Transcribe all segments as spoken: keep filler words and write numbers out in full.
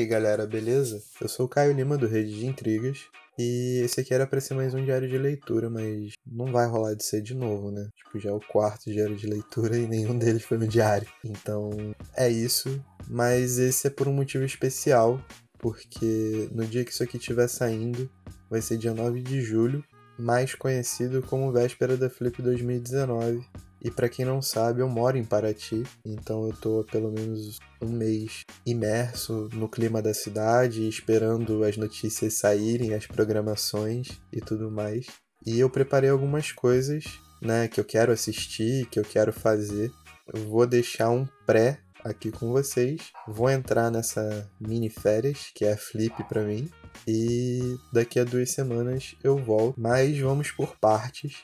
aí galera, beleza? Eu sou o Caio Lima do Rede de Intrigas e esse aqui era pra ser mais um diário de leitura, mas não vai rolar de ser de novo, né? Tipo, já é o quarto diário de leitura e nenhum deles foi um diário. Então é isso, mas esse é por um motivo especial, porque no dia que isso aqui estiver saindo vai ser dia nove de julho, mais conhecido como véspera da Flip dois mil e dezenove. E pra quem não sabe, eu moro em Paraty, então eu tô há pelo menos um mês imerso no clima da cidade, esperando as notícias saírem, as programações e tudo mais. E eu preparei algumas coisas, né, que eu quero assistir, que eu quero fazer. Eu vou deixar um pré aqui com vocês. Vou entrar nessa mini férias, que é a Flip pra mim. E daqui a duas semanas eu volto. Mas vamos por partes,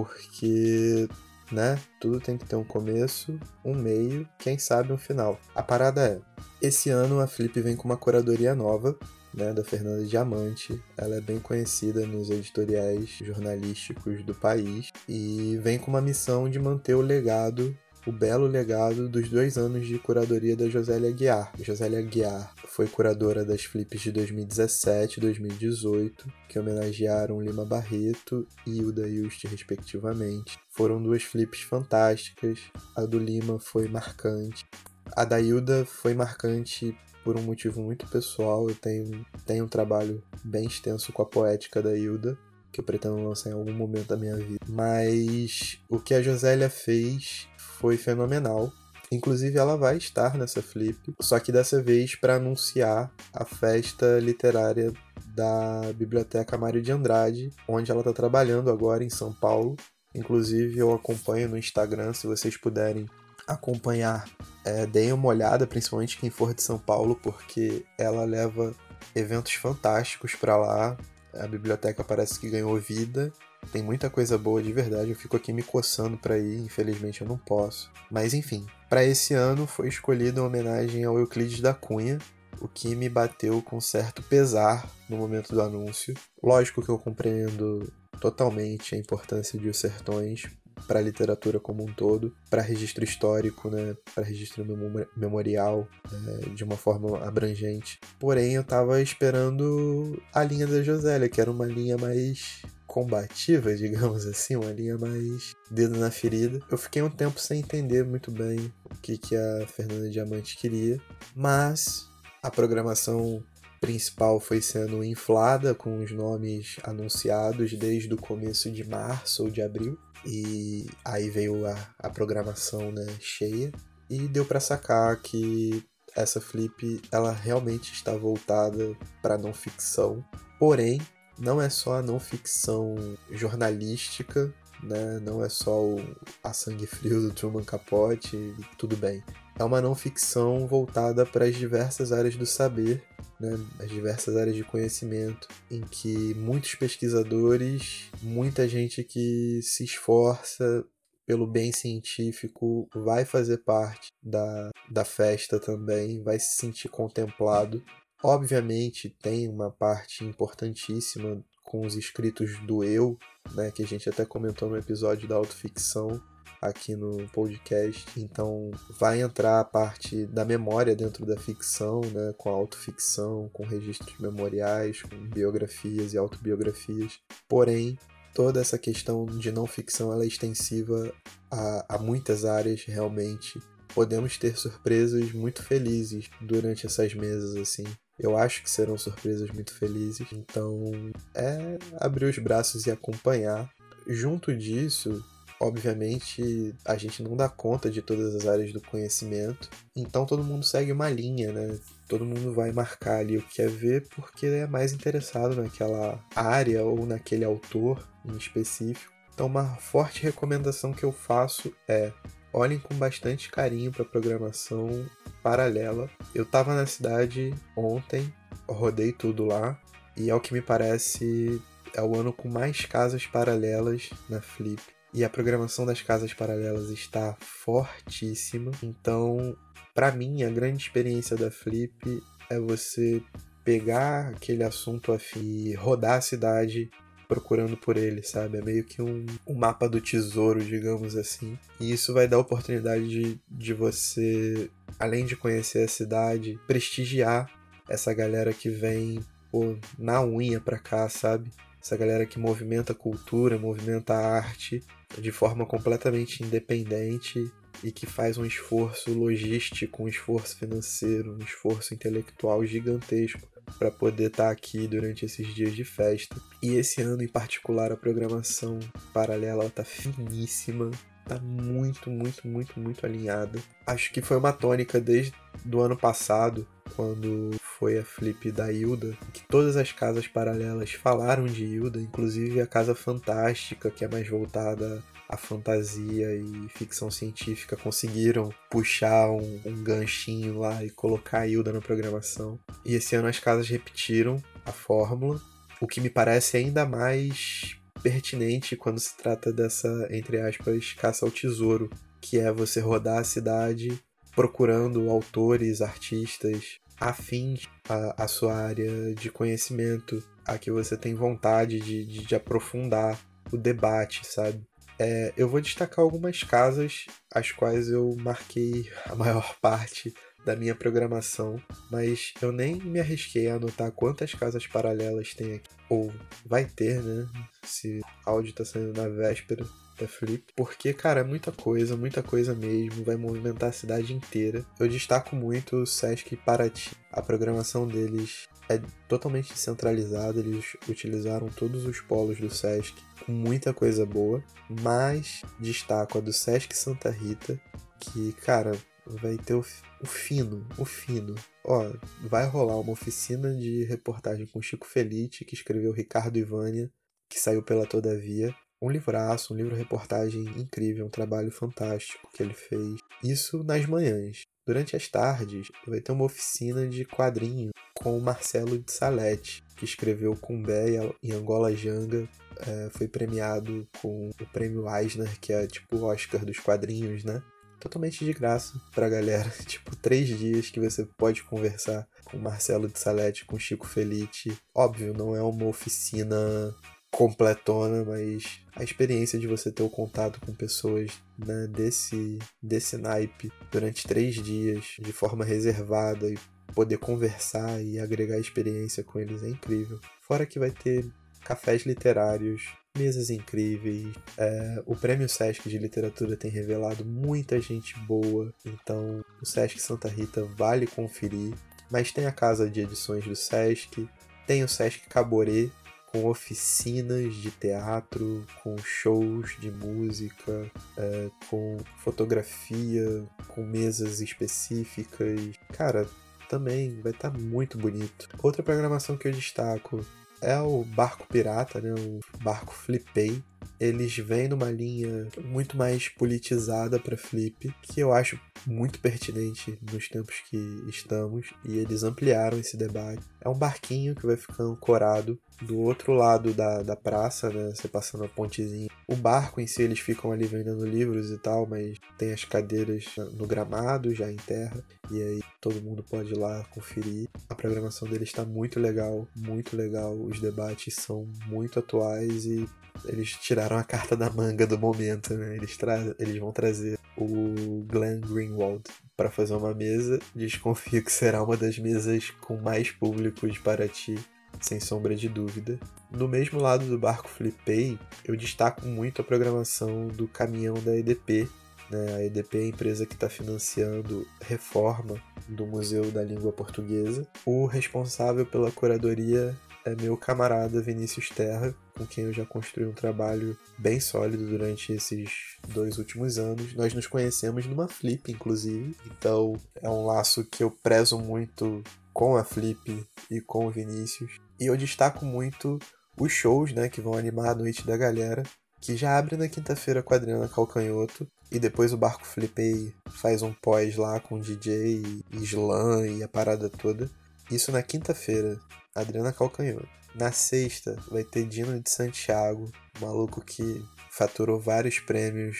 porque, né, tudo tem que ter um começo, um meio, quem sabe um final. A parada é, esse ano a Flip vem com uma curadoria nova, né, da Fernanda Diamante. Ela é bem conhecida nos editoriais jornalísticos do país e vem com uma missão de manter o legado, o belo legado dos dois anos de curadoria da Josélia Aguiar. Josélia Aguiar foi curadora das Flips de dois mil e dezessete e dois mil e dezoito, que homenagearam Lima Barreto e Hilda Hilst, respectivamente. Foram duas Flips fantásticas. A do Lima foi marcante. A da Hilda foi marcante por um motivo muito pessoal. Eu tenho, tenho um trabalho bem extenso com a poética da Hilda, que eu pretendo lançar em algum momento da minha vida. Mas o que a Josélia fez foi fenomenal. Inclusive ela vai estar nessa Flip, só que dessa vez para anunciar a festa literária da Biblioteca Mário de Andrade, onde ela está trabalhando agora em São Paulo. Inclusive eu acompanho no Instagram, se vocês puderem acompanhar, é, deem uma olhada, principalmente quem for de São Paulo, porque ela leva eventos fantásticos para lá. A biblioteca parece que ganhou vida. Tem muita coisa boa de verdade, eu fico aqui me coçando pra ir, infelizmente eu não posso. Mas enfim, para esse ano foi escolhida uma homenagem ao Euclides da Cunha, o que me bateu com certo pesar no momento do anúncio. Lógico que eu compreendo totalmente a importância de Os Sertões para a literatura como um todo, para registro histórico, né, para registro memorial, é, de uma forma abrangente. Porém, eu estava esperando a linha da Josélia, que era uma linha mais combativa, digamos assim, uma linha mais dedo na ferida. Eu fiquei um tempo sem entender muito bem o que, que a Fernanda Diamante queria, mas a programação principal foi sendo inflada com os nomes anunciados desde o começo de março ou de abril, e aí veio a, a programação, né, cheia, e deu para sacar que essa Flip ela realmente está voltada para não ficção. Porém, não é só a não ficção jornalística, né? Não é só o A Sangue Frio do Truman Capote e tudo bem. É uma não ficção voltada para as diversas áreas do saber, né? As diversas áreas de conhecimento, em que muitos pesquisadores, muita gente que se esforça pelo bem científico vai fazer parte da, da festa também, vai se sentir contemplado. Obviamente tem uma parte importantíssima com os escritos do eu, né, que a gente até comentou no episódio da autoficção aqui no podcast. Então vai entrar a parte da memória dentro da ficção, né, com a autoficção, com registros memoriais, com biografias e autobiografias. Porém, toda essa questão de não ficção ela é extensiva a, a muitas áreas realmente. Podemos ter surpresas muito felizes durante essas mesas, assim. Eu acho que serão surpresas muito felizes. Então, é abrir os braços e acompanhar. Junto disso, obviamente, a gente não dá conta de todas as áreas do conhecimento. Então, todo mundo segue uma linha, né? Todo mundo vai marcar ali o que quer ver porque é mais interessado naquela área ou naquele autor em específico. Então, uma forte recomendação que eu faço é: olhem com bastante carinho para a programação paralela. Eu estava na cidade ontem, rodei tudo lá, e ao que me parece é o ano com mais casas paralelas na Flip. E a programação das casas paralelas está fortíssima. Então, para mim, a grande experiência da Flip é você pegar aquele assunto afim e rodar a cidade procurando por ele, sabe? É meio que um, um mapa do tesouro, digamos assim. E isso vai dar a oportunidade de, de você, além de conhecer a cidade, prestigiar essa galera que vem, pô, na unha pra cá, sabe? Essa galera que movimenta a cultura, movimenta a arte de forma completamente independente e que faz um esforço logístico, um esforço financeiro, um esforço intelectual gigantesco para poder estar aqui durante esses dias de festa. E esse ano em particular a programação paralela tá finíssima, tá muito, muito, muito, muito alinhada. Acho que foi uma tônica desde do ano passado, quando foi a flip da Hilda, que todas as casas paralelas falaram de Hilda, inclusive a Casa Fantástica, que é mais voltada à fantasia e ficção científica, conseguiram puxar um, um ganchinho lá e colocar a Hilda na programação. E esse ano as casas repetiram a fórmula, o que me parece ainda mais pertinente quando se trata dessa, entre aspas, caça ao tesouro, que é você rodar a cidade procurando autores, artistas afins à, à sua área de conhecimento, a que você tem vontade de, de, de aprofundar o debate, sabe? É, eu vou destacar algumas casas as quais eu marquei a maior parte da minha programação, mas eu nem me arrisquei a anotar quantas casas paralelas tem aqui, ou vai ter, né? Esse áudio tá saindo na véspera da Flip, porque, cara, é muita coisa, muita coisa mesmo, vai movimentar a cidade inteira. Eu destaco muito o Sesc Paraty. A programação deles é totalmente descentralizada, eles utilizaram todos os polos do Sesc, com muita coisa boa, mas destaco a do Sesc Santa Rita, que, cara, vai ter o, o fino, o fino. Ó, vai rolar uma oficina de reportagem com Chico Felice, que escreveu Ricardo e Vânia, que saiu pela Todavia. Um livraço, um livro-reportagem incrível, um trabalho fantástico que ele fez. Isso nas manhãs. Durante as tardes, vai ter uma oficina de quadrinho com o Marcelo de Salete, que escreveu Cumbé e Angola Janga. É, foi premiado com o prêmio Eisner, que é tipo o Oscar dos quadrinhos, né? Totalmente de graça pra galera. Tipo, três dias que você pode conversar com o Marcelo de Salete, com o Chico Felice. Óbvio, não é uma oficina completona, mas a experiência de você ter o contato com pessoas, né, desse, desse naipe durante três dias, de forma reservada, e poder conversar e agregar experiência com eles é incrível. Fora que vai ter cafés literários, mesas incríveis, é, o Prêmio Sesc de Literatura tem revelado muita gente boa, então o Sesc Santa Rita vale conferir, mas tem a casa de edições do Sesc, tem o Sesc Caboré, com oficinas de teatro, com shows de música, é, com fotografia, com mesas específicas. Cara, também vai estar tá muito bonito. Outra programação que eu destaco é o Barco Pirata, né? O Barco Flipei. Eles vêm numa linha muito mais politizada para Flip, que eu acho muito pertinente nos tempos que estamos, e eles ampliaram esse debate. É um barquinho que vai ficar ancorado do outro lado da, da praça, né? Você passando a pontezinha. O barco em si, eles ficam ali vendendo livros e tal, mas tem as cadeiras no gramado, já em terra, e aí todo mundo pode ir lá conferir. A programação deles está muito legal, muito legal. Os debates são muito atuais e eles tiraram a carta da manga do momento, né? Eles, tra- eles vão trazer o Glenn Greenwald para fazer uma mesa. Desconfio que será uma das mesas com mais público de Paraty, sem sombra de dúvida. No mesmo lado do Barco Flipei, eu destaco muito a programação do caminhão da E D P. Né? A E D P é a empresa que está financiando reforma do Museu da Língua Portuguesa. O responsável pela curadoria é meu camarada Vinícius Terra, com quem eu já construí um trabalho bem sólido durante esses dois últimos anos. Nós nos conhecemos numa Flip, inclusive, então é um laço que eu prezo muito com a Flip e com o Vinícius. E eu destaco muito os shows, né, que vão animar a noite da galera, que já abre na quinta-feira com a Adriana Calcanhoto, e depois o Barco Flipei faz um pós lá com D J e slam e a parada toda. Isso na quinta-feira, Adriana Calcanhoto. Na sexta vai ter Dino de Santiago, um maluco que faturou vários prêmios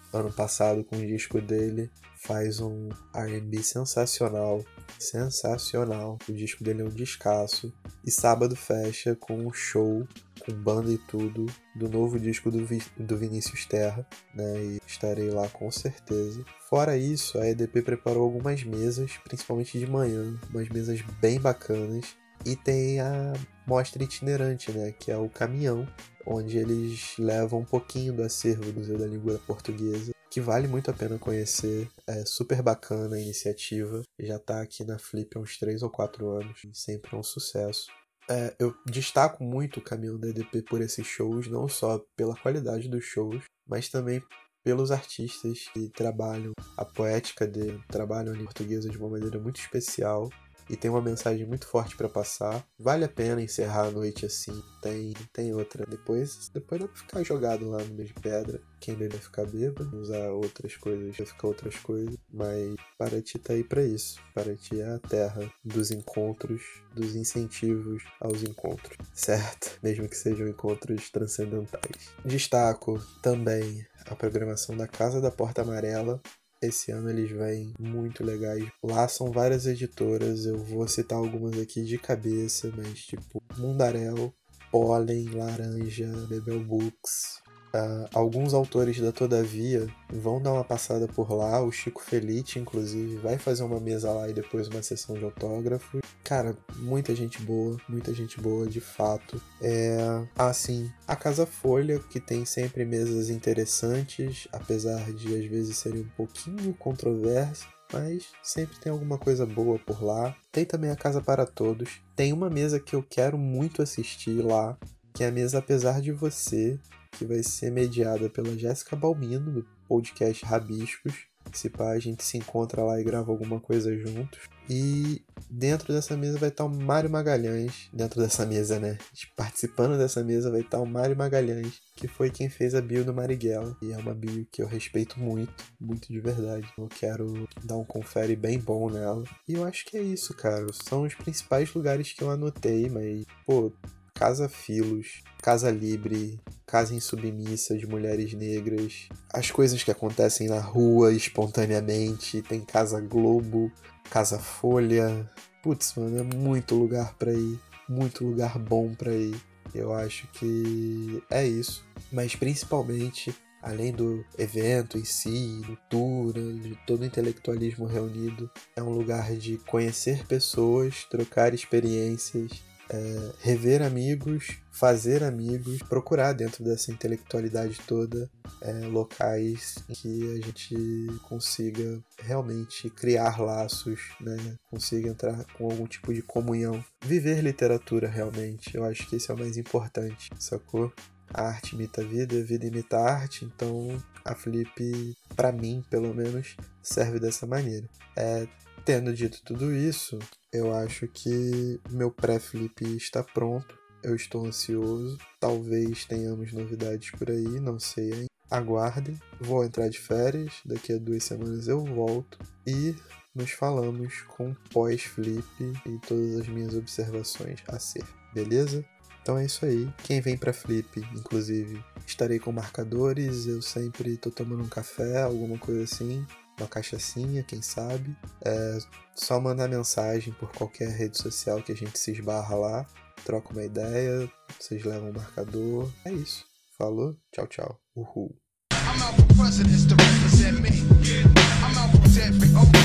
ano passado com o disco dele, faz um R and B sensacional, sensacional. O disco dele é um descasso. E sábado fecha com um show, com banda e tudo, do novo disco do, Vi- do Vinícius Terra, né? E estarei lá com certeza. Fora isso, a E D P preparou algumas mesas, principalmente de manhã, umas mesas bem bacanas. E tem a mostra itinerante, né? Que é o caminhão, onde eles levam um pouquinho do acervo do Museu da Língua Portuguesa, que vale muito a pena conhecer. É super bacana a iniciativa. Já tá aqui na Flip há uns três ou quatro anos, e sempre é um sucesso. É, eu destaco muito o caminhão da E D P por esses shows, não só pela qualidade dos shows, mas também pelos artistas que trabalham a poética dele, trabalham a língua portuguesa de uma maneira muito especial e tem uma mensagem muito forte para passar. Vale a pena encerrar a noite assim. Tem, tem outra. Depois, depois dá pra ficar jogado lá no meio de pedra. Quem bebe ficar bêbado, usar outras coisas, vai ficar outras coisas. Mas Paraty tá aí pra isso. Paraty é a terra dos encontros, dos incentivos aos encontros, certo? Mesmo que sejam encontros transcendentais. Destaco também a programação da Casa da Porta Amarela. Esse ano eles vêm muito legais. Lá são várias editoras, eu vou citar algumas aqui de cabeça, mas tipo Mundaréu, Pólen, Laranja, Bebel Books. Uh, alguns autores da Todavia vão dar uma passada por lá. O Chico Felite, inclusive, vai fazer uma mesa lá e depois uma sessão de autógrafos. Cara, muita gente boa, muita gente boa, de fato. É, assim, a Casa Folha, que tem sempre mesas interessantes, apesar de às vezes serem um pouquinho controversas, mas sempre tem alguma coisa boa por lá. Tem também a Casa para Todos. Tem uma mesa que eu quero muito assistir lá, que é a mesa Apesar de Você, que vai ser mediada pela Jéssica Balbino, do podcast Rabiscos. Se pá, a gente se encontra lá e grava alguma coisa juntos. E dentro dessa mesa vai estar o Mário Magalhães. Dentro dessa mesa, né? Participando dessa mesa vai estar o Mário Magalhães, que foi quem fez a bio do Marighella. E é uma bio que eu respeito muito, muito de verdade. Eu quero dar um confere bem bom nela. E eu acho que é isso, cara. São os principais lugares que eu anotei, mas, pô, Casa Filos, Casa Libre, Casa Insubmissa de mulheres negras, as coisas que acontecem na rua espontaneamente, tem Casa Globo, Casa Folha. Putz, mano, é muito lugar pra ir, muito lugar bom pra ir. Eu acho que é isso, mas principalmente, além do evento em si, do tour, de todo o intelectualismo reunido, é um lugar de conhecer pessoas, trocar experiências, É, rever amigos, fazer amigos, procurar dentro dessa intelectualidade toda é, locais em que a gente consiga realmente criar laços, né? Consiga entrar com algum tipo de comunhão. Viver literatura realmente, eu acho que esse é o mais importante, sacou? A arte imita a vida, a vida imita a arte, então a Flip, pra mim, pelo menos, serve dessa maneira. É, tendo dito tudo isso, eu acho que meu pré-flip está pronto. Eu estou ansioso. Talvez tenhamos novidades por aí, não sei ainda. Aguardem. Vou entrar de férias. Daqui a duas semanas eu volto. E nos falamos com pós-flip e todas as minhas observações a ser. Beleza? Então é isso aí. Quem vem pra Flip, inclusive, estarei com marcadores. Eu sempre tô tomando um café, alguma coisa assim. Uma cachaçinha, quem sabe. É só mandar mensagem por qualquer rede social que a gente se esbarra lá. Troca uma ideia, vocês levam o marcador. É isso. Falou, tchau, tchau. Uhul. I'm out for presidents to represent me. I'm out for